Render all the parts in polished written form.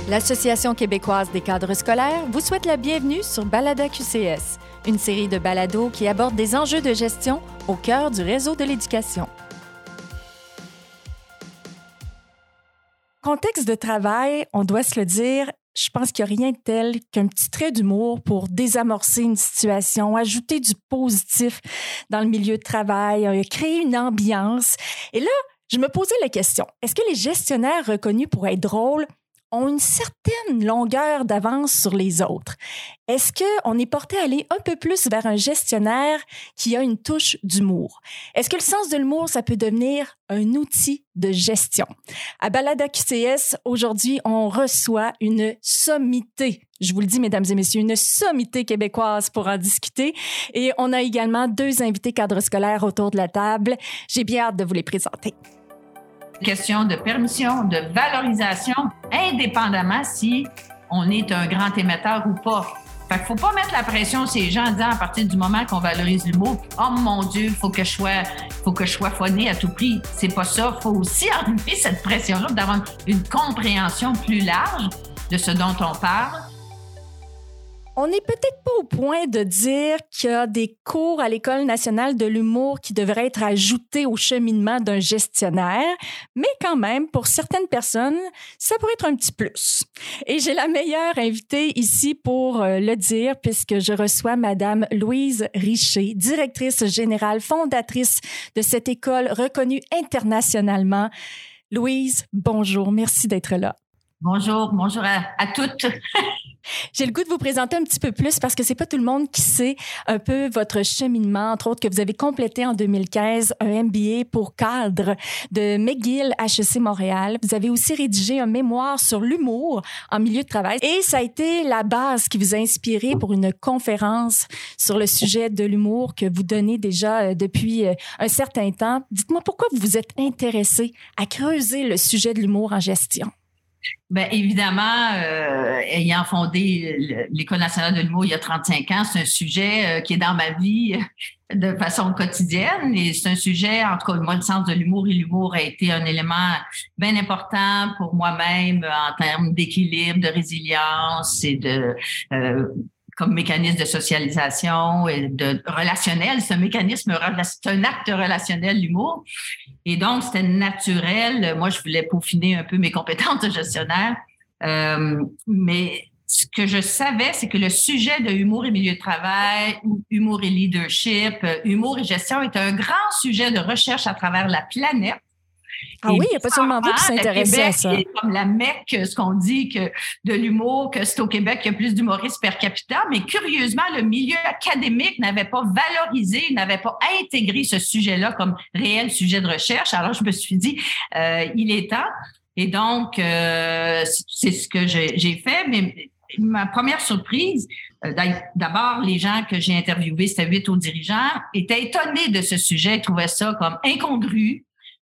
L'Association québécoise des cadres scolaires vous souhaite la bienvenue sur Balada QCS, une série de balados qui aborde des enjeux de gestion au cœur du réseau de l'éducation. Contexte de travail, on doit se le dire, je pense qu'il n'y a rien de tel qu'un petit trait d'humour pour désamorcer une situation, ajouter du positif dans le milieu de travail, créer une ambiance. Et là, je me posais la question, est-ce que les gestionnaires reconnus pour être drôles ont une certaine longueur d'avance sur les autres? Est-ce qu'on est porté à aller un peu plus vers un gestionnaire qui a une touche d'humour? Est-ce que le sens de l'humour, ça peut devenir un outil de gestion? À Balada QCS, aujourd'hui, on reçoit une sommité. Je vous le dis, mesdames et messieurs, une sommité québécoise pour en discuter. Et on a également 2 invités cadres scolaires autour de la table. J'ai bien hâte de vous les présenter. Question de permission, de valorisation, indépendamment si on est un grand émetteur ou pas. Fait qu'il faut pas mettre la pression sur ces gens en disant à partir du moment qu'on valorise l'humour, oh mon Dieu, faut que je sois funny à tout prix. C'est pas ça. Faut aussi enlever cette pression-là d'avoir une compréhension plus large de ce dont on parle. On n'est peut-être pas au point de dire qu'il y a des cours à l'École nationale de l'humour qui devraient être ajoutés au cheminement d'un gestionnaire, mais quand même, pour certaines personnes, ça pourrait être un petit plus. Et j'ai la meilleure invitée ici pour le dire, puisque je reçois Madame Louise Richer, directrice générale, fondatrice de cette école reconnue internationalement. Louise, bonjour, merci d'être là. Bonjour à toutes. J'ai le goût de vous présenter un petit peu plus parce que c'est pas tout le monde qui sait un peu votre cheminement, entre autres que vous avez complété en 2015 un MBA pour cadre de McGill HEC Montréal. Vous avez aussi rédigé un mémoire sur l'humour en milieu de travail et ça a été la base qui vous a inspiré pour une conférence sur le sujet de l'humour que vous donnez déjà depuis un certain temps. Dites-moi pourquoi vous vous êtes intéressé à creuser le sujet de l'humour en gestion? Bien, évidemment, ayant fondé l'École nationale de l'humour il y a 35 ans, c'est un sujet qui est dans ma vie de façon quotidienne et c'est un sujet, en tout cas, moi, le sens de l'humour et l'humour a été un élément bien important pour moi-même en termes d'équilibre, de résilience et de comme mécanisme de socialisation et de relationnel. C'est un acte relationnel, l'humour. Et donc, c'était naturel. Moi, je voulais peaufiner un peu mes compétences de gestionnaire. Mais ce que je savais, c'est que le sujet de humour et milieu de travail, humour et leadership, humour et gestion est un grand sujet de recherche à travers la planète. Ah oui, il n'y a pas seulement vous qui s'intéressez à ça. C'est comme la Mecque, ce qu'on dit que de l'humour, que c'est au Québec qu'il y a plus d'humoristes per capita, mais curieusement, le milieu académique n'avait pas valorisé, n'avait pas intégré ce sujet-là comme réel sujet de recherche. Alors, je me suis dit, il est temps. Et donc, c'est ce que j'ai fait. Mais ma première surprise, d'abord, les gens que j'ai interviewés, c'était 8 hauts dirigeants, étaient étonnés de ce sujet, ils trouvaient ça comme incongru.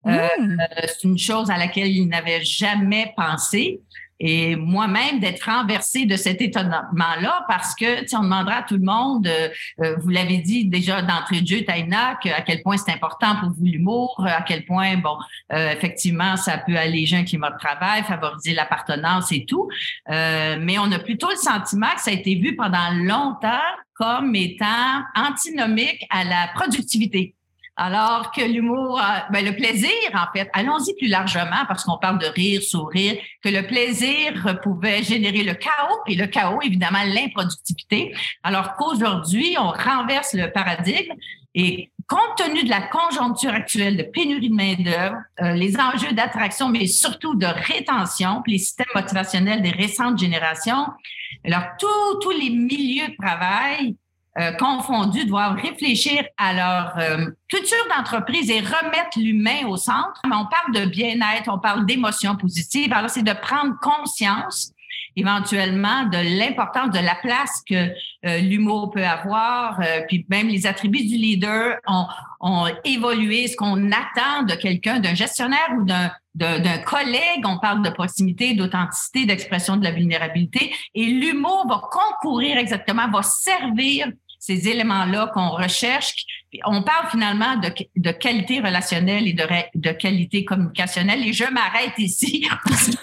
C'est une chose à laquelle ils n'avaient jamais pensé. Et moi-même, d'être renversée de cet étonnement-là, parce que, on demandera à tout le monde, vous l'avez dit déjà d'entrée de jeu, Taïna, à quel point c'est important pour vous l'humour, à quel point, effectivement, ça peut alléger un climat de travail, favoriser l'appartenance et tout. Mais on a plutôt le sentiment que ça a été vu pendant longtemps comme étant antinomique à la productivité. Alors que l'humour, le plaisir, en fait, allons-y plus largement parce qu'on parle de rire, sourire, que le plaisir pouvait générer le chaos et le chaos, évidemment, l'improductivité. Alors qu'aujourd'hui, on renverse le paradigme et compte tenu de la conjoncture actuelle de pénurie de main-d'œuvre, les enjeux d'attraction, mais surtout de rétention, puis les systèmes motivationnels des récentes générations, alors tous les milieux de travail confondus doivent réfléchir à leur culture d'entreprise et remettre l'humain au centre. On parle de bien-être, on parle d'émotions positives. Alors, c'est de prendre conscience éventuellement de l'importance de la place que l'humour peut avoir. Puis même les attributs du leader ont évolué. Ce qu'on attend de quelqu'un, d'un gestionnaire ou d'un collègue, on parle de proximité, d'authenticité, d'expression de la vulnérabilité. Et l'humour va concourir exactement, va servir ces éléments-là qu'on recherche. On parle finalement de qualité relationnelle et de qualité communicationnelle. Et je m'arrête ici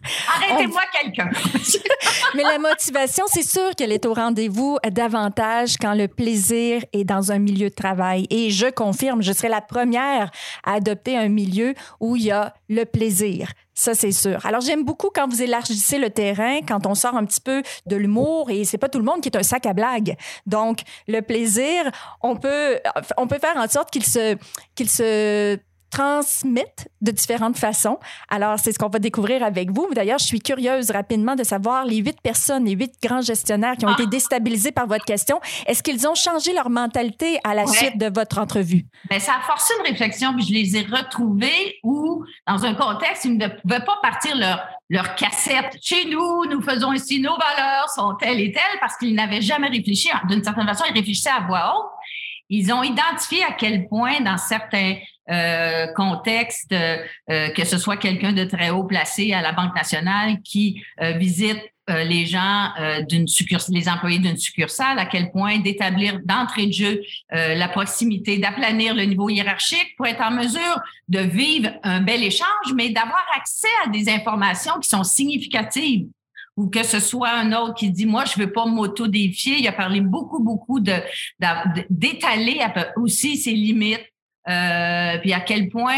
Arrêtez-moi quelqu'un. Mais la motivation, c'est sûr qu'elle est au rendez-vous davantage quand le plaisir est dans un milieu de travail. Et je confirme, je serai la première à adopter un milieu où il y a le plaisir. Ça, c'est sûr. Alors, j'aime beaucoup quand vous élargissez le terrain, quand on sort un petit peu de l'humour, et c'est pas tout le monde qui est un sac à blagues. Donc, le plaisir, on peut faire en sorte qu'il se transmettent de différentes façons. Alors, c'est ce qu'on va découvrir avec vous. D'ailleurs, je suis curieuse rapidement de savoir les 8 personnes, les 8 grands gestionnaires qui ont été déstabilisés par votre question. Est-ce qu'ils ont changé leur mentalité à la suite de votre entrevue? Bien, ça a forcé une réflexion, puis je les ai retrouvés où, dans un contexte, ils ne pouvaient pas partir leur cassette. Chez nous, nous faisons ici, nos valeurs sont telles et telles, parce qu'ils n'avaient jamais réfléchi. D'une certaine façon, ils réfléchissaient à voix haute. Ils ont identifié à quel point, dans certains contexte, que ce soit quelqu'un de très haut placé à la Banque nationale qui visite les gens les employés d'une succursale, à quel point d'établir d'entrée de jeu la proximité, d'aplanir le niveau hiérarchique pour être en mesure de vivre un bel échange, mais d'avoir accès à des informations qui sont significatives. Ou que ce soit un autre qui dit, moi, je veux pas m'auto-défier. Il a parlé beaucoup d'étaler aussi ses limites. Puis à quel point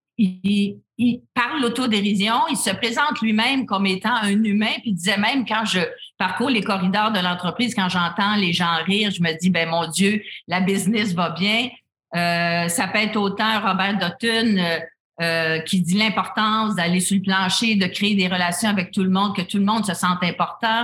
il parle l'autodérision, il se présente lui-même comme étant un humain, puis il disait même quand je parcours les corridors de l'entreprise, quand j'entends les gens rire, je me dis, ben mon Dieu, la business va bien. Ça peut être autant Robert Dutton qui dit l'importance d'aller sur le plancher, de créer des relations avec tout le monde, que tout le monde se sente important.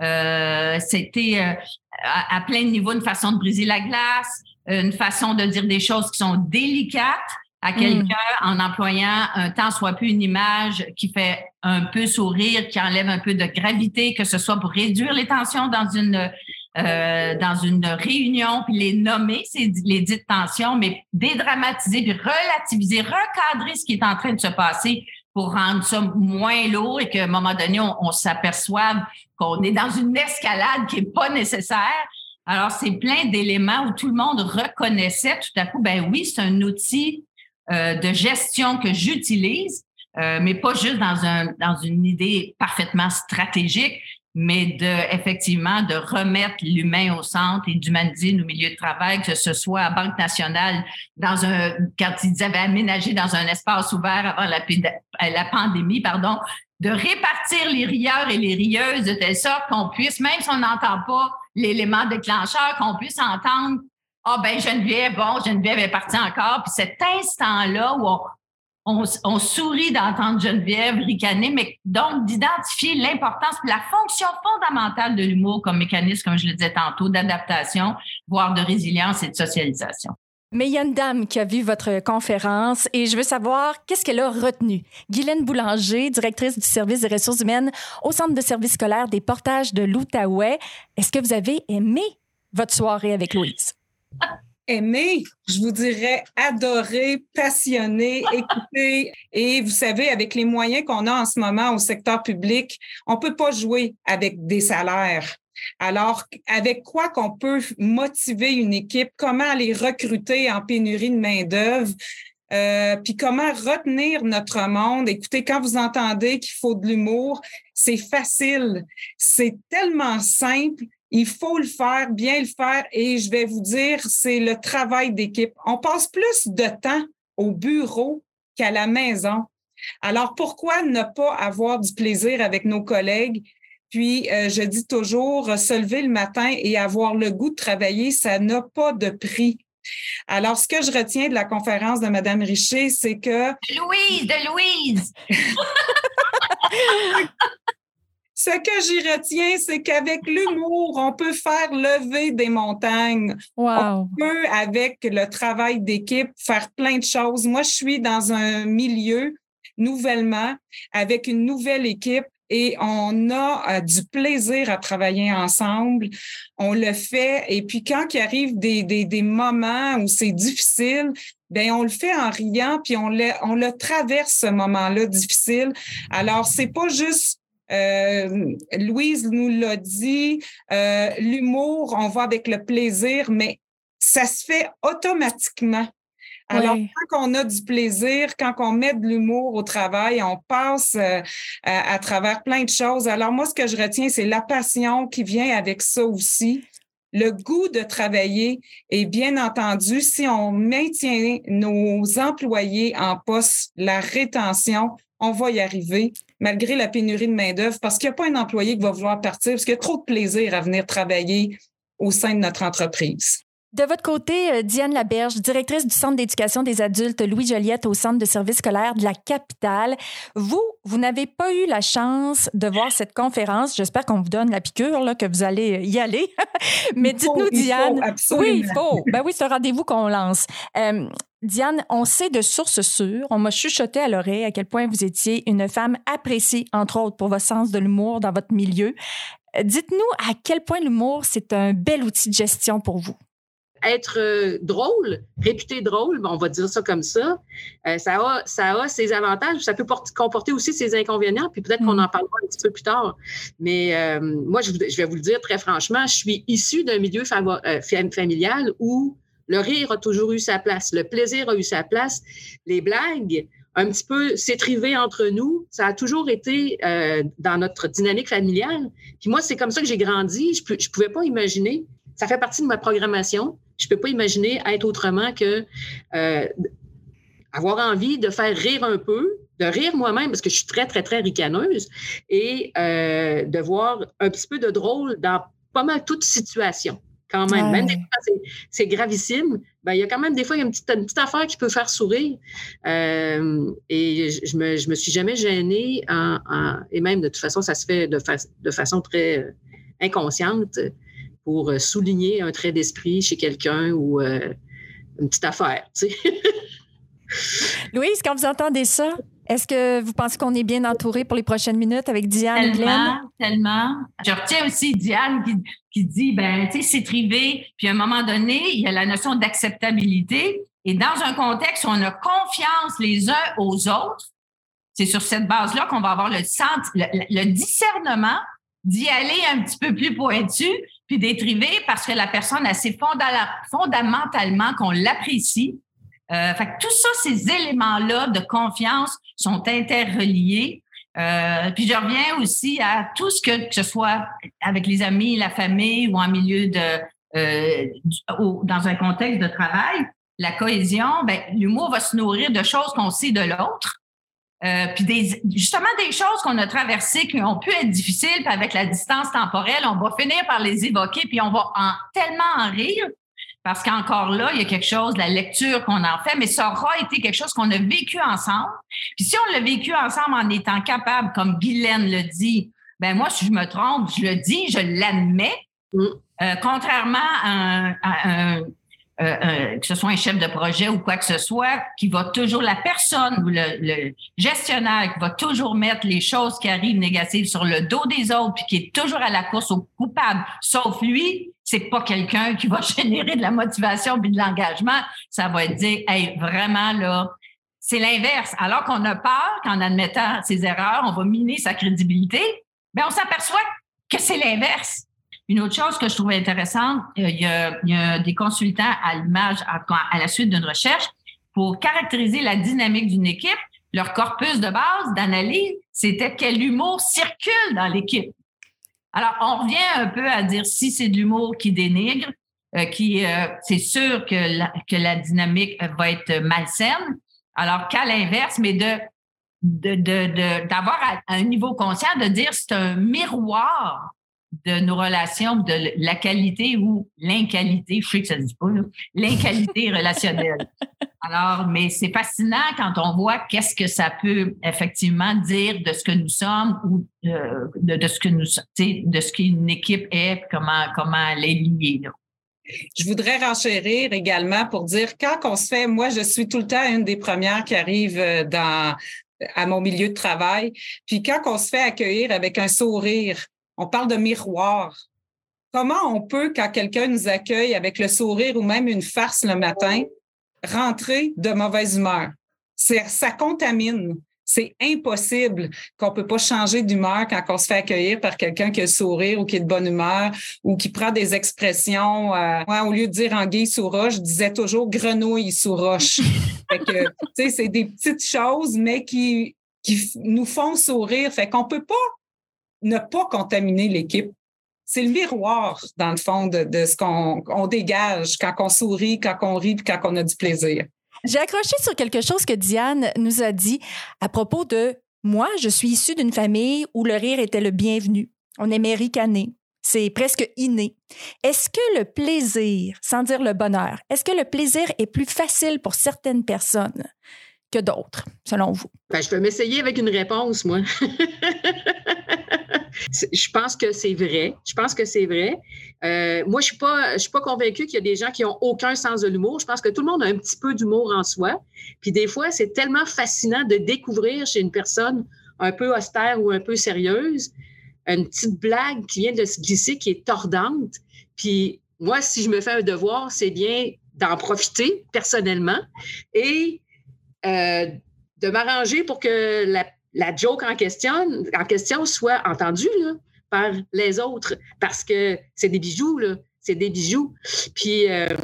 C'était à plein de niveaux une façon de briser la glace, une façon de dire des choses qui sont délicates à quelqu'un en employant un tant soit peu une image qui fait un peu sourire, qui enlève un peu de gravité, que ce soit pour réduire les tensions dans une réunion, puis les nommer, les dites tensions, mais dédramatiser, puis relativiser, recadrer ce qui est en train de se passer pour rendre ça moins lourd et qu'à un moment donné, on s'aperçoive qu'on est dans une escalade qui n'est pas nécessaire. Alors, c'est plein d'éléments où tout le monde reconnaissait tout à coup, ben oui, c'est un outil de gestion que j'utilise, mais pas juste dans une idée parfaitement stratégique, mais effectivement de remettre l'humain au centre et d'humaniser nos milieux de travail, que ce soit à Banque nationale, quand ils avaient aménagé dans un espace ouvert avant la pandémie, de répartir les rieurs et les rieuses de telle sorte qu'on puisse, même si on n'entend pas l'élément déclencheur, qu'on puisse entendre « Ah, ben Geneviève est partie encore. » Puis cet instant-là où on sourit d'entendre Geneviève ricaner, mais donc d'identifier l'importance, la fonction fondamentale de l'humour comme mécanisme, comme je le disais tantôt, d'adaptation, voire de résilience et de socialisation. Mais il y a une dame qui a vu votre conférence et je veux savoir qu'est-ce qu'elle a retenu. Guylaine Boulanger, directrice du service des ressources humaines au Centre de services scolaires des Portages de l'Outaouais. Est-ce que vous avez aimé votre soirée avec Louise? Aimé, je vous dirais adoré, passionné, écouté. Et vous savez, avec les moyens qu'on a en ce moment au secteur public, on peut pas jouer avec des salaires. Alors, avec quoi qu'on peut motiver une équipe, comment aller recruter en pénurie de main-d'œuvre, puis comment retenir notre monde. Écoutez, quand vous entendez qu'il faut de l'humour, c'est facile, c'est tellement simple. Il faut le faire, bien le faire, et je vais vous dire, c'est le travail d'équipe. On passe plus de temps au bureau qu'à la maison. Alors, pourquoi ne pas avoir du plaisir avec nos collègues? Puis, je dis toujours, se lever le matin et avoir le goût de travailler, ça n'a pas de prix. Alors, ce que je retiens de la conférence de Mme Richer, c'est que... De Louise! Ce que j'y retiens, c'est qu'avec l'humour, on peut faire lever des montagnes. Wow. On peut, avec le travail d'équipe, faire plein de choses. Moi, je suis dans un milieu, nouvellement, avec une nouvelle équipe, et on a du plaisir à travailler ensemble. On le fait. Et puis, quand il arrive des moments où c'est difficile, ben on le fait en riant, puis on le traverse, ce moment-là difficile. Alors, c'est pas juste... Louise nous l'a dit, l'humour, on va avec le plaisir, mais ça se fait automatiquement. Alors, Oui. quand on a du plaisir, quand on met de l'humour au travail, on passe à travers plein de choses. Alors, moi, ce que je retiens, c'est la passion qui vient avec ça aussi. Le goût de travailler et bien entendu, si on maintient nos employés en poste, la rétention, on va y arriver malgré la pénurie de main-d'œuvre parce qu'il n'y a pas un employé qui va vouloir partir parce qu'il y a trop de plaisir à venir travailler au sein de notre entreprise. De votre côté, Diane Laberge, directrice du Centre d'éducation des adultes Louis-Joliette au Centre de services scolaires de la capitale. Vous n'avez pas eu la chance de voir cette conférence. J'espère qu'on vous donne la piqûre, là, que vous allez y aller. Mais dites-nous, Diane. Absolument. Oui, il faut. Ben oui, c'est un rendez-vous qu'on lance. Diane, on sait de sources sûres, on m'a chuchoté à l'oreille à quel point vous étiez une femme appréciée, entre autres, pour votre sens de l'humour dans votre milieu. Dites-nous à quel point l'humour, c'est un bel outil de gestion pour vous. Être drôle, réputé drôle, on va dire ça comme ça, ça a ses avantages, ça peut comporter aussi ses inconvénients, puis peut-être qu'on en parlera un petit peu plus tard. Mais moi, je vais vous le dire très franchement, je suis issue d'un milieu familial où le rire a toujours eu sa place, le plaisir a eu sa place, les blagues, un petit peu s'étriver entre nous, ça a toujours été dans notre dynamique familiale. Puis moi, c'est comme ça que j'ai grandi, je pouvais pas imaginer, ça fait partie de ma programmation. Je ne peux pas imaginer être autrement que avoir envie de faire rire un peu, de rire moi-même, parce que je suis très, très, très ricaneuse, et de voir un petit peu de drôle dans pas mal toute situation, quand même. Même des fois, c'est gravissime. Ben, il y a quand même des fois une petite affaire qui peut faire sourire. Et je me suis jamais gênée, et même de toute façon, ça se fait de façon très inconsciente, pour souligner un trait d'esprit chez quelqu'un ou une petite affaire, tu sais. Louise, quand vous entendez ça, est-ce que vous pensez qu'on est bien entouré pour les prochaines minutes avec Diane et Glenn? Tellement. Je retiens aussi Diane qui dit, tu sais, s'étriver, puis à un moment donné, il y a la notion d'acceptabilité. Et dans un contexte où on a confiance les uns aux autres, c'est sur cette base-là qu'on va avoir le discernement d'y aller un petit peu plus pointu, puis d'étriver parce que la personne a assez fondamentalement qu'on l'apprécie. Fait que tout ça, ces éléments-là de confiance sont interreliés. Puis je reviens aussi à tout ce que ce soit avec les amis, la famille ou en milieu dans un contexte de travail, la cohésion, l'humour va se nourrir de choses qu'on sait de l'autre. Puis justement des choses qu'on a traversées qui ont pu être difficiles, puis avec la distance temporelle, on va finir par les évoquer, puis on va tellement en rire, parce qu'encore là, il y a quelque chose, la lecture qu'on en fait, mais ça aura été quelque chose qu'on a vécu ensemble. Puis si on l'a vécu ensemble en étant capable, comme Guylaine le dit, moi, si je me trompe, je le dis, je l'admets, contrairement à que ce soit un chef de projet ou quoi que ce soit, qui va toujours, la personne ou le gestionnaire qui va toujours mettre les choses qui arrivent négatives sur le dos des autres puis qui est toujours à la course au coupable, sauf lui, c'est pas quelqu'un qui va générer de la motivation puis de l'engagement. Ça va être dire, hey, vraiment, là, c'est l'inverse. Alors qu'on a peur qu'en admettant ses erreurs, on va miner sa crédibilité, on s'aperçoit que c'est l'inverse. Une autre chose que je trouvais intéressante, il y a des consultants à l'image à la suite d'une recherche pour caractériser la dynamique d'une équipe. Leur corpus de base d'analyse, c'était quel humour circule dans l'équipe. Alors, on revient un peu à dire si c'est de l'humour qui dénigre, c'est sûr que la dynamique va être malsaine. Alors qu'à l'inverse, mais d'avoir à un niveau conscient de dire c'est un miroir de nos relations, de la qualité ou l'inqualité, je sais que ça ne dit pas, là, l'inqualité relationnelle. Alors, mais c'est fascinant quand on voit qu'est-ce que ça peut effectivement dire de ce que nous sommes ou de ce que nous sommes, de ce qu'une équipe est, comment elle est liée, là. Je voudrais renchérir également pour dire quand on se fait, moi, je suis tout le temps une des premières qui arrive à mon milieu de travail, puis quand on se fait accueillir avec un sourire, on parle de miroir. Comment on peut, quand quelqu'un nous accueille avec le sourire ou même une farce le matin, rentrer de mauvaise humeur? Ça contamine. C'est impossible qu'on peut pas changer d'humeur quand on se fait accueillir par quelqu'un qui a le sourire ou qui est de bonne humeur ou qui prend des expressions. Moi, au lieu de dire anguille sous roche, je disais toujours grenouille sous roche. Fait que, tu sais, c'est des petites choses, mais qui nous font sourire. Fait qu'on peut pas ne pas contaminer l'équipe. C'est le miroir, dans le fond, de ce qu'on dégage quand on sourit, quand on rit, puis quand on a du plaisir. J'ai accroché sur quelque chose que Diane nous a dit à propos de « Moi, je suis issue d'une famille où le rire était le bienvenu. On aimait ricaner. C'est presque inné. Est-ce que le plaisir, sans dire le bonheur, est-ce que le plaisir est plus facile pour certaines personnes que d'autres, selon vous? » Ben, je peux m'essayer avec une réponse, moi. Je pense que c'est vrai. Moi, je suis pas convaincue qu'il y a des gens qui ont aucun sens de l'humour. Je pense que tout le monde a un petit peu d'humour en soi. Puis des fois, c'est tellement fascinant de découvrir chez une personne un peu austère ou un peu sérieuse une petite blague qui vient de se glisser, qui est tordante. Puis moi, si je me fais un devoir, c'est bien d'en profiter personnellement et de m'arranger pour que la joke en question soit entendue là, par les autres, parce que c'est des bijoux, là. C'est des bijoux. Puis,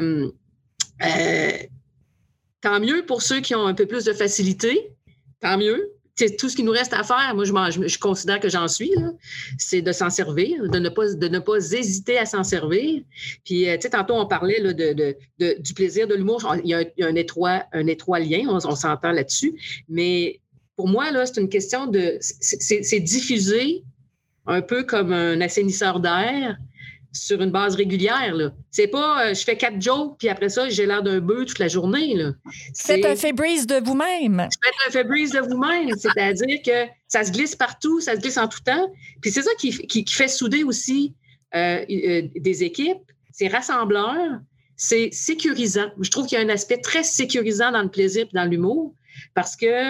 tant mieux pour ceux qui ont un peu plus de facilité, tant mieux. C'est tout ce qui nous reste à faire. Moi, je considère que j'en suis, là, c'est de s'en servir, de ne pas hésiter à s'en servir. Puis, tu sais, tantôt, on parlait là, du plaisir de l'humour. Il y a un étroit lien, on s'entend là-dessus. Mais pour moi, là, c'est une question de... C'est diffusé un peu comme un assainisseur d'air sur une base régulière, là. C'est pas je fais 4 jokes, puis après ça, j'ai l'air d'un bœuf toute la journée, là. Faites un Febreze de vous-même. Faites un Febreze de vous-même. C'est-à-dire que ça se glisse partout, ça se glisse en tout temps. Puis c'est ça qui fait souder aussi des équipes. C'est rassembleur, c'est sécurisant. Je trouve qu'il y a un aspect très sécurisant dans le plaisir et dans l'humour parce que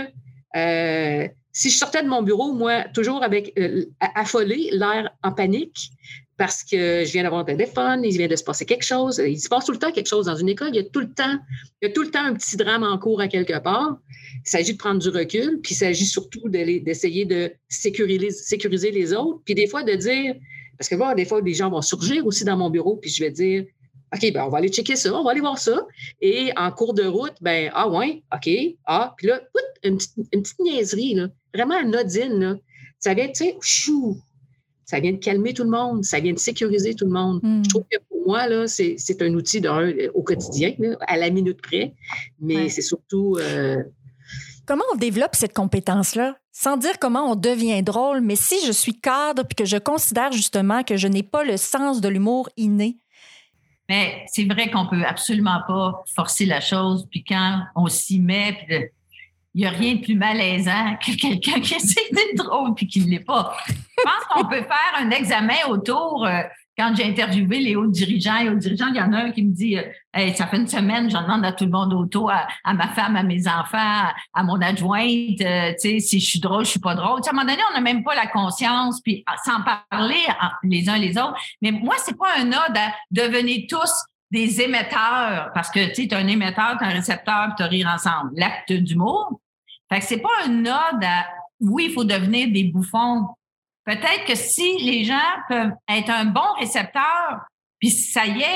si je sortais de mon bureau, moi, toujours avec affolé, l'air en panique, parce que je viens d'avoir un téléphone, il vient de se passer quelque chose. Il se passe tout le temps quelque chose dans une école. Il y a tout le temps un petit drame en cours à quelque part. Il s'agit de prendre du recul, puis il s'agit surtout d'essayer de sécuriser les autres. Puis des fois, de dire... Parce que moi, des fois, des gens vont surgir aussi dans mon bureau, puis je vais dire... OK, ben on va aller checker ça, on va aller voir ça. Et en cours de route, ben ah ouais, OK, puis là, une petite niaiserie, là, vraiment anodine, là. Ça vient, tu sais, chou, ça vient de calmer tout le monde, ça vient de sécuriser tout le monde. Je trouve que pour moi, là, c'est un outil au quotidien, là, à la minute près, mais c'est surtout... Comment on développe cette compétence-là? Sans dire comment on devient drôle, mais si je suis cadre puis que je considère justement que je n'ai pas le sens de l'humour inné. Mais c'est vrai qu'on peut absolument pas forcer la chose. Puis quand on s'y met, il n'y a rien de plus malaisant que quelqu'un qui essaie d'être drôle puis qui ne l'est pas. Je pense qu'on peut faire un examen autour. Quand j'ai interviewé les hauts dirigeants, il y en a un qui me dit hey, ça fait une semaine, j'en demande à tout le monde autour, à ma femme, à mes enfants, à mon adjointe, si je suis drôle, je suis pas drôle. T'sais, à un moment donné, on n'a même pas la conscience, puis sans parler les uns les autres. Mais moi, c'est pas un ode à devenir tous des émetteurs, parce que tu es un émetteur, tu es un récepteur, puis tu rire ensemble. L'acte d'humour. Fait que c'est pas un ode à oui, il faut devenir des bouffons. Peut-être que si les gens peuvent être un bon récepteur, puis ça y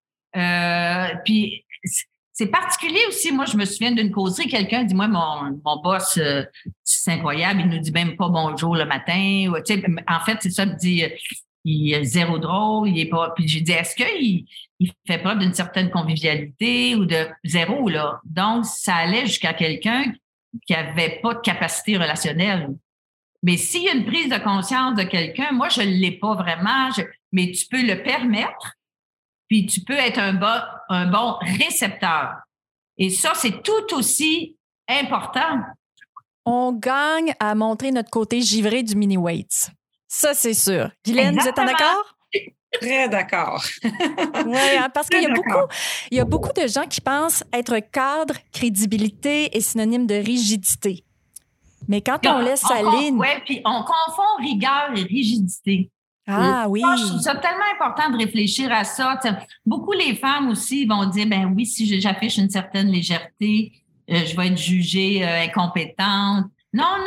est, puis c'est particulier aussi. Moi, je me souviens d'une causerie, quelqu'un dit, moi, mon boss, c'est incroyable, il nous dit même pas bonjour le matin. Ou, en fait, c'est ça, il me dit, il est zéro drôle, il est pas. Puis j'ai dit, est-ce qu'il fait preuve d'une certaine convivialité ou de zéro, là? Donc, ça allait jusqu'à quelqu'un qui avait pas de capacité relationnelle. Mais s'il y a une prise de conscience de quelqu'un, moi, je ne l'ai pas vraiment, mais tu peux le permettre, puis tu peux être un bon récepteur. Et ça, c'est tout aussi important. On gagne à montrer notre côté givré du mini-weights. Ça, c'est sûr. Guylaine, vous êtes en accord? Très d'accord. Oui, parce qu'il y a beaucoup de gens qui pensent être cadre, crédibilité est synonyme de rigidité. Mais quand on laisse aller... Oui, puis on confond rigueur et rigidité. Ah oui. Moi, je trouve ça tellement important de réfléchir à ça. T'sais, beaucoup les femmes aussi vont dire, ben oui, si j'affiche une certaine légèreté, je vais être jugée incompétente. Non,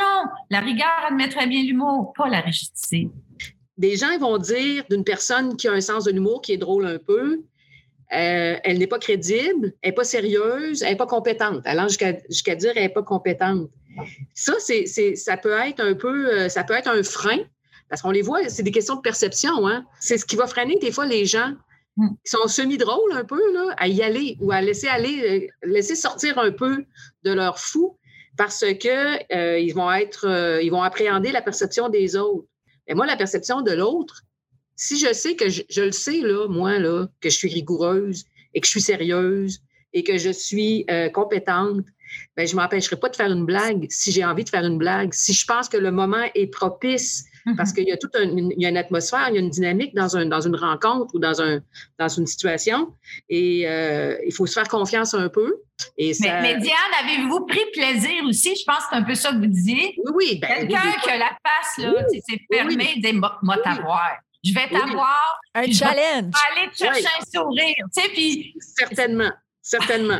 La rigueur admet très bien l'humour, pas la rigidité. Des gens vont dire d'une personne qui a un sens de l'humour, qui est drôle un peu, elle n'est pas crédible, elle n'est pas sérieuse, elle n'est pas compétente. Allant jusqu'à dire elle n'est pas compétente. Ça, ça peut être un peu, ça peut être un frein, parce qu'on les voit, c'est des questions de perception. Hein? C'est ce qui va freiner des fois les gens qui sont semi-drôles un peu, là, à y aller ou à laisser sortir un peu de leur fou, parce que ils vont appréhender la perception des autres. Et moi, la perception de l'autre, si je sais que je le sais, là, moi, là, que je suis rigoureuse et que je suis sérieuse et que je suis compétente, bien, je ne m'empêcherai pas de faire une blague si j'ai envie de faire une blague. Si je pense que le moment est propice, parce qu'il y a il y a une atmosphère, il y a une dynamique dans une rencontre ou dans une situation, et il faut se faire confiance un peu. Et ça... mais Diane, avez-vous pris plaisir aussi? Je pense que c'est un peu ça que vous disiez. Oui. Quelqu'un qui a la face, là, c'est fermé, dit « moi t'avoir ». Je vais t'avoir. Un challenge. Je vais aller te chercher un sourire. Tu sais, puis... Certainement.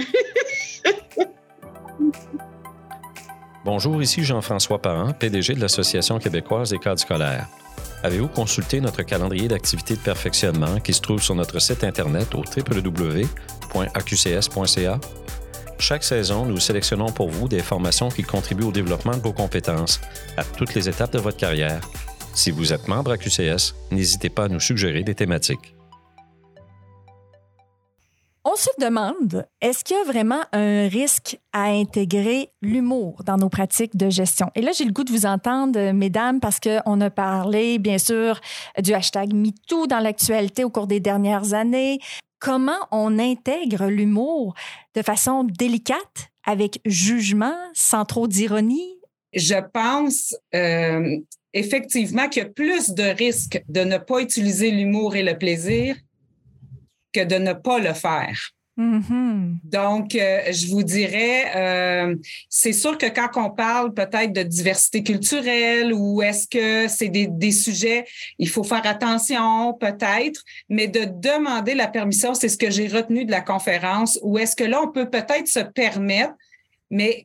Bonjour, ici Jean-François Parent, PDG de l'Association québécoise des cadres scolaires. Avez-vous consulté notre calendrier d'activités de perfectionnement qui se trouve sur notre site Internet au www.aqcs.ca? Chaque saison, nous sélectionnons pour vous des formations qui contribuent au développement de vos compétences à toutes les étapes de votre carrière. Si vous êtes membre AQCS, n'hésitez pas à nous suggérer des thématiques. On se demande, est-ce qu'il y a vraiment un risque à intégrer l'humour dans nos pratiques de gestion? Et là, j'ai le goût de vous entendre, mesdames, parce qu'on a parlé, bien sûr, du hashtag MeToo dans l'actualité au cours des dernières années. Comment on intègre l'humour de façon délicate, avec jugement, sans trop d'ironie? Je pense effectivement qu'il y a plus de risques de ne pas utiliser l'humour et le plaisir que de ne pas le faire. Mm-hmm. Donc, je vous dirais, c'est sûr que quand on parle peut-être de diversité culturelle ou est-ce que c'est des sujets, il faut faire attention peut-être, mais de demander la permission, c'est ce que j'ai retenu de la conférence, ou est-ce que là, on peut peut-être se permettre, mais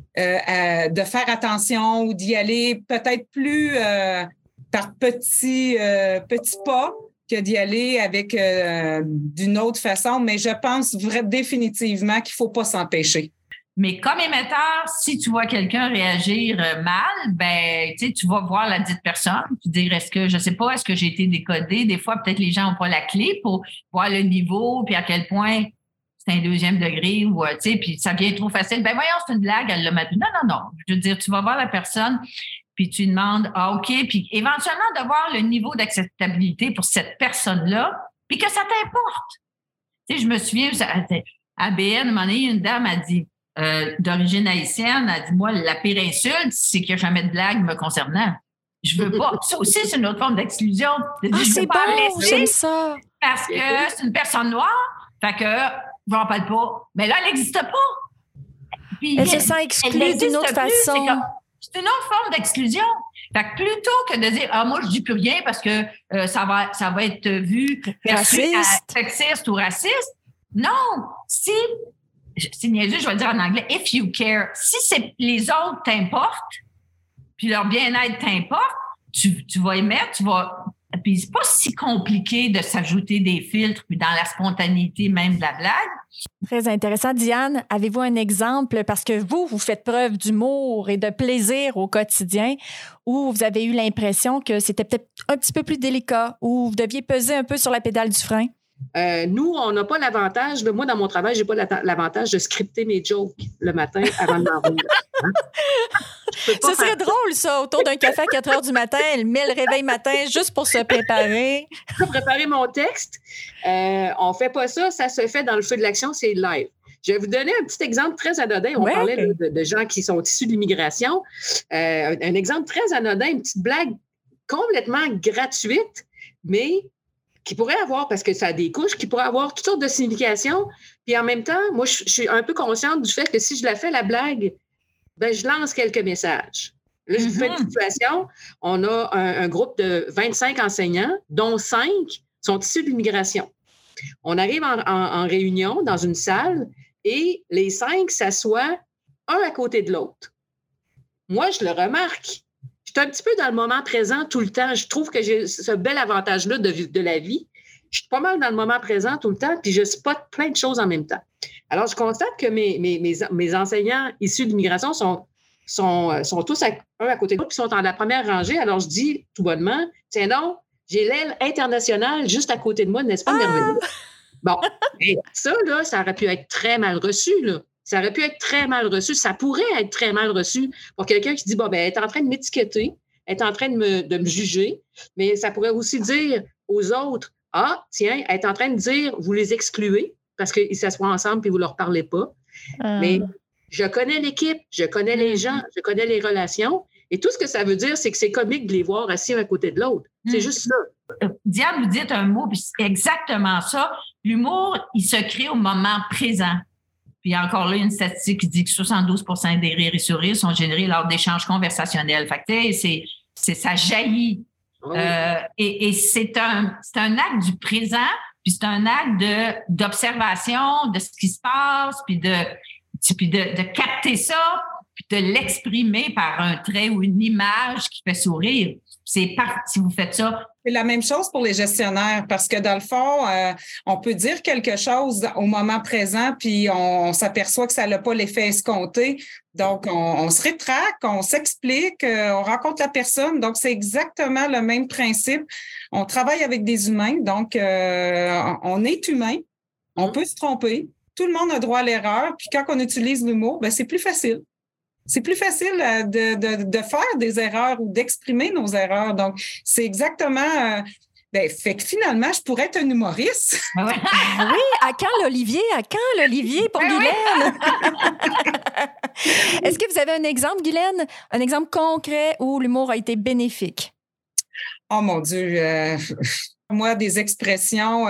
de faire attention ou d'y aller peut-être plus par petits pas, que d'y aller avec d'une autre façon, mais je pense définitivement qu'il ne faut pas s'empêcher. Mais comme émetteur, si tu vois quelqu'un réagir mal, ben, tu vas voir la dite personne, tu dire est-ce que j'ai été décodé? Des fois, peut-être les gens n'ont pas la clé pour voir le niveau, puis à quel point c'est un deuxième degré, ou puis ça devient trop facile. Ben voyons, c'est une blague, elle l'a mal. Non. Je veux dire, tu vas voir la personne, puis tu demandes, OK, puis éventuellement de voir le niveau d'acceptabilité pour cette personne-là, puis que ça t'importe. Tu sais, je me souviens, à BN, à un moment donné, une dame a dit, d'origine haïtienne, a dit, moi, la pire insulte, c'est qu'il n'y a jamais de blague me concernant. Je veux pas. Ça aussi, c'est une autre forme d'exclusion. C'est bon, j'aime ça. Parce que c'est une personne noire, fait que je n'en parle pas. Mais là, elle n'existe pas. Puis, elle se sent exclue d'une autre façon. C'est une autre forme d'exclusion. Fait que plutôt que de dire moi je dis plus rien parce que ça va être vu sexiste ou raciste. Non, c'est niaiseux, je vais le dire en anglais, if you care. Si les autres t'importent, puis leur bien-être t'importe, tu vas émettre, puis c'est pas si compliqué de s'ajouter des filtres puis dans la spontanéité même de la blague. Très intéressant. Diane, avez-vous un exemple? Parce que vous faites preuve d'humour et de plaisir au quotidien, où vous avez eu l'impression que c'était peut-être un petit peu plus délicat, où vous deviez peser un peu sur la pédale du frein? Nous, on n'a pas l'avantage. Moi, dans mon travail, je n'ai pas l'avantage de scripter mes jokes le matin avant de m'envoyer. Ce serait drôle, ça, autour d'un café à 4 heures du matin. Elle met le réveil matin juste pour se préparer. Je peux préparer mon texte. On ne fait pas ça. Ça se fait dans le feu de l'action, c'est live. Je vais vous donner un petit exemple très anodin. On parlait de gens qui sont issus de l'immigration. Un exemple très anodin, une petite blague complètement gratuite, mais qui pourrait avoir, parce que ça a des couches, qui pourrait avoir toutes sortes de significations. Puis en même temps, moi, je suis un peu consciente du fait que si je la fais, la blague, ben, je lance quelques messages. Là, je vous fais une situation. On a un groupe de 25 enseignants, dont 5 sont issus de l'immigration. On arrive en réunion dans une salle et les 5 s'assoient un à côté de l'autre. moi, je le remarque. Je suis un petit peu dans le moment présent tout le temps. Je trouve que j'ai ce bel avantage-là de la vie. Je suis pas mal dans le moment présent tout le temps, puis je spot plein de choses en même temps. Alors, je constate que mes enseignants issus de l'immigration sont tous un à côté de l'autre, puis sont dans la première rangée. Alors, je dis tout bonnement, tiens donc, j'ai l'aile internationale juste à côté de moi, n'est-ce pas merveilleux? Bon, et ça, là, ça aurait pu être très mal reçu, là. Ça aurait pu être très mal reçu. Ça pourrait être très mal reçu pour quelqu'un qui dit, bon, ben, elle est en train de m'étiqueter, elle est en train de me juger, mais ça pourrait aussi dire aux autres, ah, tiens, elle est en train de dire, vous les excluez parce qu'ils s'assoient ensemble et vous ne leur parlez pas. Mais je connais l'équipe, je connais les gens, je connais les relations. Et tout ce que ça veut dire, c'est que c'est comique de les voir assis un à côté de l'autre. C'est juste ça. Diane, vous dites un mot, puis c'est exactement ça. L'humour, il se crée au moment présent. Puis encore là, une statistique qui dit que 72% des rires et sourires sont générés lors d'échanges conversationnels. Fait que, ça jaillit. Oui. Et c'est un acte du présent, puis c'est un acte d'observation de ce qui se passe, puis de capter ça, puis de l'exprimer par un trait ou une image qui fait sourire. Si vous faites ça. C'est la même chose pour les gestionnaires parce que dans le fond, on peut dire quelque chose au moment présent puis on s'aperçoit que ça n'a pas l'effet escompté. Donc, on se rétracte, on s'explique, on rencontre la personne. Donc, c'est exactement le même principe. On travaille avec des humains, donc on est humain. On peut se tromper. Tout le monde a droit à l'erreur. Puis quand on utilise l'humour, ben c'est plus facile. C'est plus facile de faire des erreurs ou d'exprimer nos erreurs. Donc, c'est exactement... fait que finalement, je pourrais être un humoriste. Oui, à quand l'Olivier? Pour Guylaine? Est-ce que vous avez un exemple, Guylaine? Un exemple concret où l'humour a été bénéfique? Oh mon Dieu! Moi, des expressions...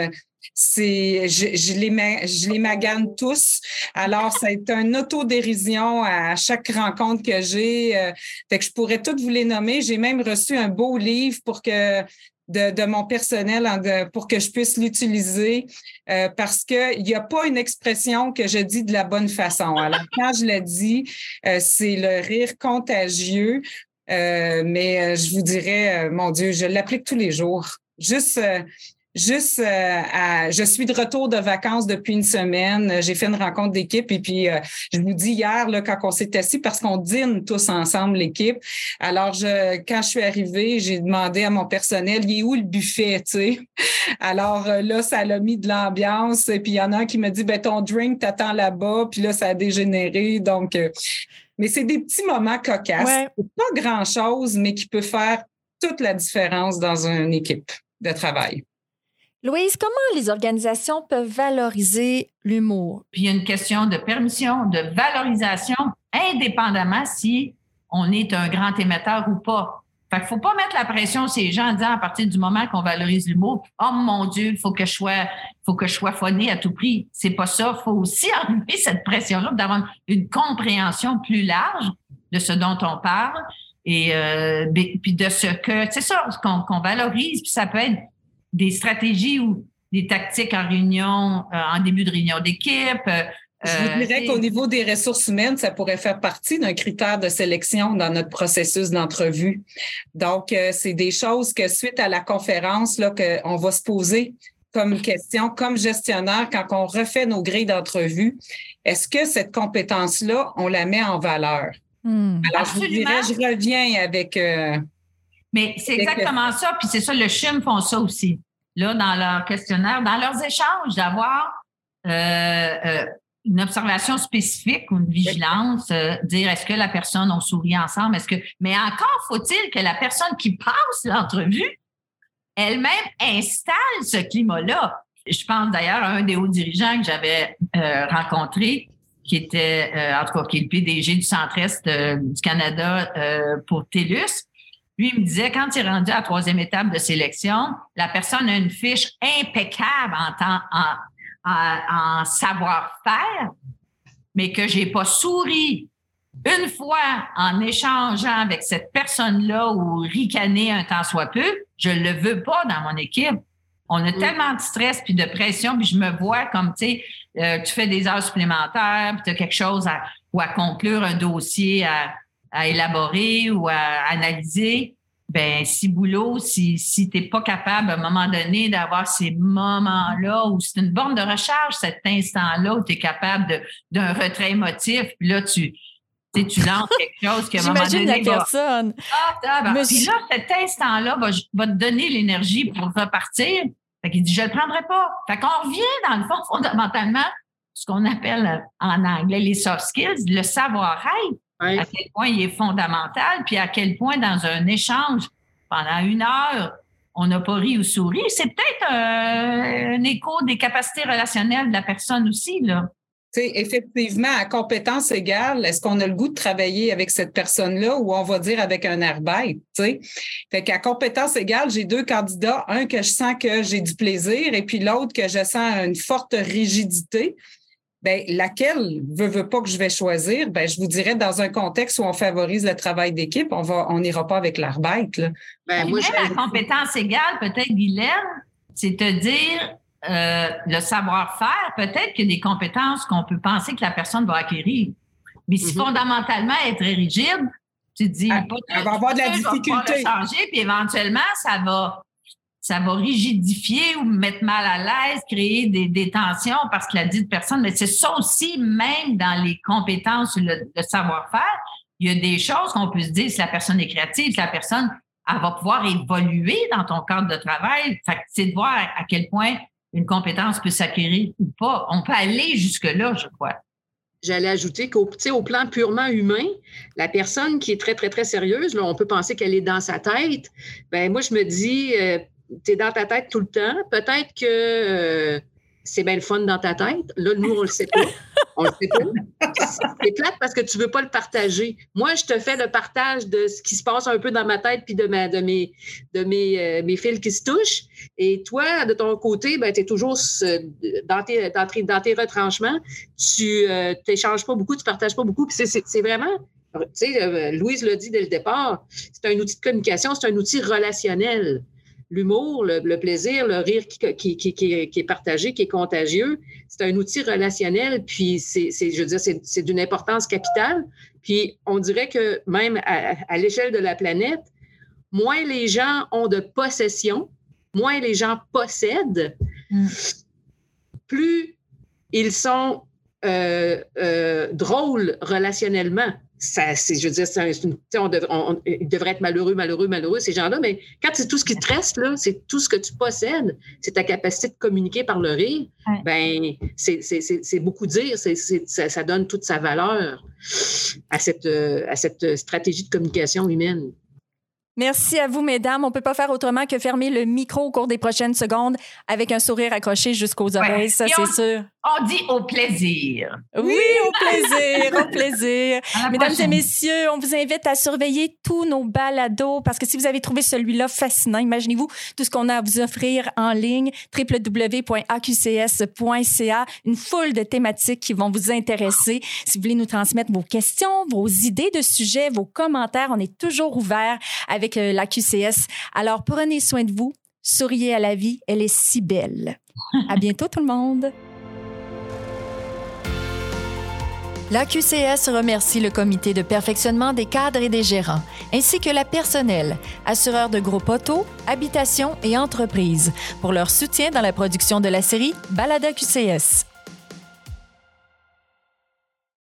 je les magane tous. Alors, ça a été une autodérision à chaque rencontre que j'ai. Fait que je pourrais toutes vous les nommer. J'ai même reçu un beau livre de mon personnel pour que je puisse l'utiliser parce qu'il n'y a pas une expression que je dis de la bonne façon. Alors, quand je le dis, c'est le rire contagieux. Mais je vous dirais, mon Dieu, je l'applique tous les jours. Je suis de retour de vacances depuis une semaine. J'ai fait une rencontre d'équipe et puis je vous dis hier là, quand on s'est assis parce qu'on dîne tous ensemble l'équipe. Alors quand je suis arrivée, j'ai demandé à mon personnel, il est où le buffet, tu sais. Alors là, ça l'a mis de l'ambiance et puis il y en a un qui me dit ben ton drink t'attends là-bas puis là ça a dégénéré donc. Mais c'est des petits moments cocasses. Ouais. C'est pas grand-chose mais qui peut faire toute la différence dans une équipe de travail. Louise, comment les organisations peuvent valoriser l'humour? Puis il y a une question de permission, de valorisation, indépendamment si on est un grand émetteur ou pas. Fait qu'il ne faut pas mettre la pression sur ces gens en disant à partir du moment qu'on valorise l'humour, « Oh mon Dieu, il faut que je sois funny à tout prix. » C'est pas ça. Il faut aussi enlever cette pression-là d'avoir une compréhension plus large de ce dont on parle et puis de ce que, c'est ça, qu'on valorise, puis ça peut être des stratégies ou des tactiques en réunion, en début de réunion d'équipe. Je vous dirais qu'au niveau des ressources humaines, ça pourrait faire partie d'un critère de sélection dans notre processus d'entrevue. Donc, c'est des choses que suite à la conférence, là, qu'on va se poser comme question, comme gestionnaire, quand on refait nos grilles d'entrevue, est-ce que cette compétence-là, on la met en valeur? Alors, absolument. Je vous dirais, je reviens avec... Mais c'est exactement ça, puis c'est ça, le CHUM font ça aussi. Là, dans leur questionnaire, dans leurs échanges, d'avoir une observation spécifique ou une vigilance, dire est-ce que la personne, on sourit ensemble, mais encore faut-il que la personne qui passe l'entrevue elle-même installe ce climat-là. Je pense d'ailleurs à un des hauts dirigeants que j'avais rencontré, qui était, en tout cas, qui est le PDG du Centre-Est du Canada pour TELUS. Lui, il me disait, quand il est rendu à la 3e étape de sélection, la personne a une fiche impeccable en savoir-faire, mais que j'ai pas souri une fois en échangeant avec cette personne-là ou ricané un tant soit peu, je le veux pas dans mon équipe. On a tellement de stress puis de pression, puis je me vois comme, tu sais, tu fais des heures supplémentaires, puis tu as quelque chose à conclure, un dossier à élaborer ou à analyser, ben si t'es pas capable à un moment donné d'avoir ces moments-là où c'est une borne de recharge, cet instant-là où tu es capable d'un retrait émotif, puis là, tu lances quelque chose qui, à un moment donné... J'imagine la personne. Puis là, cet instant-là va te donner l'énergie pour repartir. Fait qu'il dit, je le prendrai pas. Fait qu'on revient, dans le fond, fondamentalement, ce qu'on appelle en anglais les soft skills, le savoir-être, à quel point il est fondamental, puis à quel point dans un échange, pendant 1 heure, on n'a pas ri ou souri. C'est peut-être un écho des capacités relationnelles de la personne aussi, là. T'sais, effectivement, à compétence égale, est-ce qu'on a le goût de travailler avec cette personne-là ou on va dire avec un arbitre? Fait qu'à compétence égale, j'ai 2 candidats, un que je sens que j'ai du plaisir et puis l'autre que je sens une forte rigidité. Ben, laquelle veut pas que je vais choisir? Ben, je vous dirais dans un contexte où on favorise le travail d'équipe, on n'ira pas avec l'arbitre, là. Ben, moi, à compétence égale, peut-être, Guylaine, c'est te dire le savoir-faire, peut-être qu'il y a des compétences qu'on peut penser que la personne va acquérir. Mais si fondamentalement elle est très rigide, tu te dis, elle va avoir de la difficulté. Le changer, puis éventuellement, ça va rigidifier ou mettre mal à l'aise, créer des tensions parce que la dite personne, mais c'est ça aussi, même dans les compétences, le savoir-faire, il y a des choses qu'on peut se dire si la personne est créative, si la personne, elle va pouvoir évoluer dans ton cadre de travail. Fait que c'est de voir à quel point une compétence peut s'acquérir ou pas. On peut aller jusque-là, je crois. J'allais ajouter qu'au plan purement humain, la personne qui est très, très, très sérieuse, là, on peut penser qu'elle est dans sa tête. Ben moi, je me dis, tu es dans ta tête tout le temps. Peut-être que c'est bien le fun dans ta tête. Là, nous, on le sait pas. On le sait pas. C'est plate parce que tu veux pas le partager. Moi, je te fais le partage de ce qui se passe un peu dans ma tête puis de mes fils qui se touchent. Et toi, de ton côté, ben, tu es toujours dans tes retranchements. Tu t'échanges pas beaucoup, tu partages pas beaucoup. Puis c'est vraiment, tu sais, Louise l'a dit dès le départ, c'est un outil de communication, c'est un outil relationnel. L'humour, le plaisir, le rire qui est partagé, qui est contagieux, c'est un outil relationnel, puis c'est d'une importance capitale. Puis on dirait que même à l'échelle de la planète, moins les gens ont de possession, moins les gens possèdent, plus ils sont drôles relationnellement. Je veux dire, ils devraient être malheureux, ces gens-là, mais quand c'est tout ce qui te reste, là, c'est tout ce que tu possèdes, c'est ta capacité de communiquer par le rire, ben, c'est beaucoup dire, ça donne toute sa valeur à cette stratégie de communication humaine. Merci à vous, mesdames. On ne peut pas faire autrement que fermer le micro au cours des prochaines secondes avec un sourire accroché jusqu'aux oreilles, ça, c'est sûr. On dit au plaisir. Oui, au plaisir, au plaisir. Mesdames et messieurs, on vous invite à surveiller tous nos balados parce que si vous avez trouvé celui-là fascinant, imaginez-vous tout ce qu'on a à vous offrir en ligne, www.aqcs.ca, une foule de thématiques qui vont vous intéresser. Si vous voulez nous transmettre vos questions, vos idées de sujets, vos commentaires, on est toujours ouvert avec l'AQCS. Alors, prenez soin de vous, souriez à la vie, elle est si belle. À bientôt tout le monde. L'AQCS remercie le comité de perfectionnement des cadres et des gérants, ainsi que la personnel, assureurs de groupe auto, habitation et entreprises, pour leur soutien dans la production de la série Balado QCS.